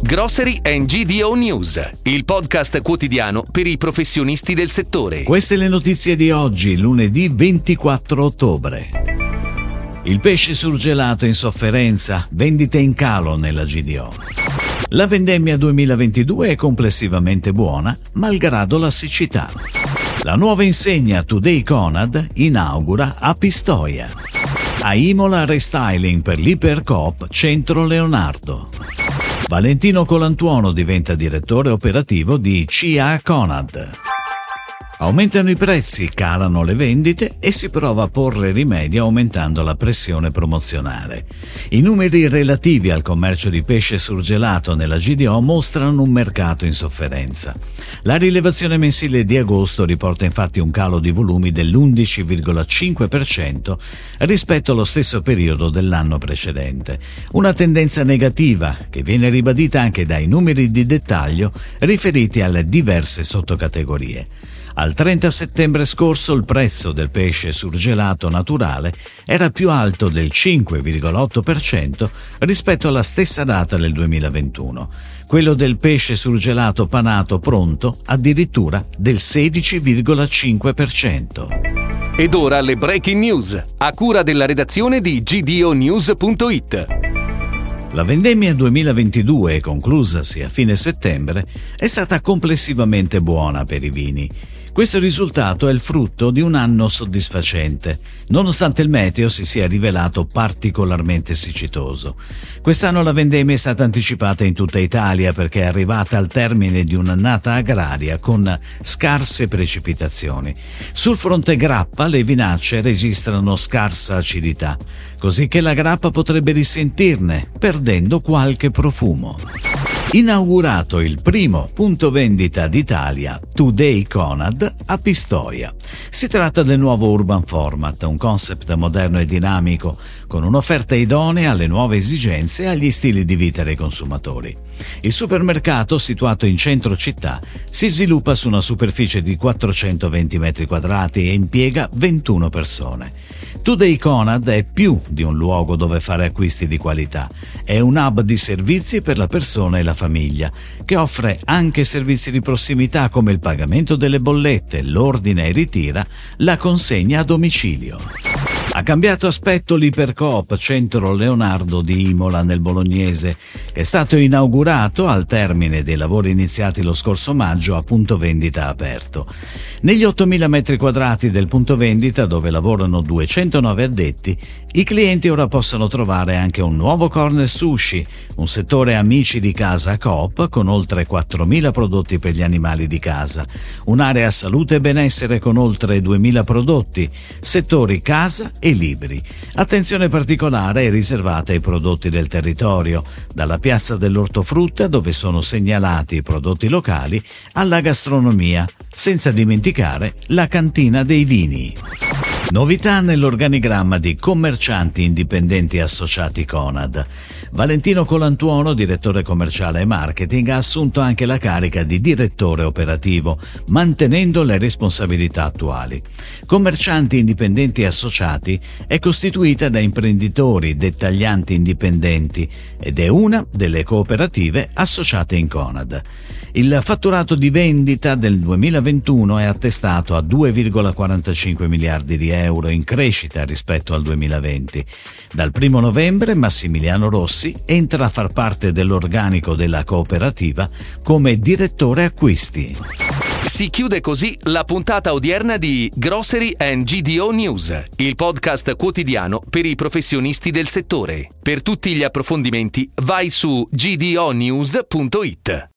Grocery and GDO News, il podcast quotidiano per i professionisti del settore. Queste le notizie di oggi, lunedì 24 ottobre. Il pesce surgelato in sofferenza, vendite in calo nella GDO. La vendemmia 2022 è complessivamente buona, malgrado la siccità. La nuova insegna Today Conad inaugura a Pistoia. A Imola restyling per l'Ipercoop Centro Leonardo. Valentino Colantuono diventa direttore operativo di CA Conad. Aumentano i prezzi, calano le vendite e si prova a porre rimedio aumentando la pressione promozionale. I numeri relativi al commercio di pesce surgelato nella GDO mostrano un mercato in sofferenza. La rilevazione mensile di agosto riporta infatti un calo di volumi dell'11,5% rispetto allo stesso periodo dell'anno precedente. Una tendenza negativa che viene ribadita anche dai numeri di dettaglio riferiti alle diverse sottocategorie. Al 30 settembre scorso il prezzo del pesce surgelato naturale era più alto del 5,8% rispetto alla stessa data del 2021. Quello del pesce surgelato panato pronto addirittura del 16,5%. Ed ora le breaking news, a cura della redazione di gdonews.it. La vendemmia 2022, conclusasi a fine settembre, è stata complessivamente buona per i vini. Questo risultato è il frutto di un anno soddisfacente, nonostante il meteo si sia rivelato particolarmente siccitoso. Quest'anno la vendemmia è stata anticipata in tutta Italia perché è arrivata al termine di un'annata agraria con scarse precipitazioni. Sul fronte grappa le vinacce registrano scarsa acidità, così che la grappa potrebbe risentirne, perdendo qualche profumo. Inaugurato il primo punto vendita d'Italia, Today Conad, a Pistoia. Si tratta del nuovo Urban Format, un concept moderno e dinamico, con un'offerta idonea alle nuove esigenze e agli stili di vita dei consumatori. Il supermercato, situato in centro città, si sviluppa su una superficie di 420 metri quadrati e impiega 21 persone. Today Conad è più di un luogo dove fare acquisti di qualità. È un hub di servizi per la persona e la famiglia, che offre anche servizi di prossimità come il pagamento delle bollette, l'ordine e ritira, la consegna a domicilio. Ha cambiato aspetto l'Ipercoop Centro Leonardo di Imola nel Bolognese, che è stato inaugurato al termine dei lavori iniziati lo scorso maggio a punto vendita aperto. Negli 8.000 metri quadrati del punto vendita, dove lavorano 209 addetti, i clienti ora possono trovare anche un nuovo corner sushi, un settore amici di casa Coop con oltre 4.000 prodotti per gli animali di casa, un'area salute e benessere con oltre 2.000 prodotti, settori casa e libri. Attenzione particolare è riservata ai prodotti del territorio, dalla piazza dell'ortofrutta dove sono segnalati i prodotti locali alla gastronomia, senza dimenticare la cantina dei vini. Novità nell'organigramma di commercianti indipendenti associati Conad. Valentino Colantuono, direttore commerciale e marketing, ha assunto anche la carica di direttore operativo, mantenendo le responsabilità attuali. Commercianti indipendenti associati è costituita da imprenditori dettaglianti indipendenti ed è una delle cooperative associate in Conad. Il fatturato di vendita del 2021 è attestato a 2,45 miliardi di euro, in crescita rispetto al 2020. Dal 1 novembre Massimiliano Rossi entra a far parte dell'organico della cooperativa come direttore acquisti. Si chiude così la puntata odierna di Grocery and GDO News, il podcast quotidiano per i professionisti del settore. Per tutti gli approfondimenti vai su gdonews.it.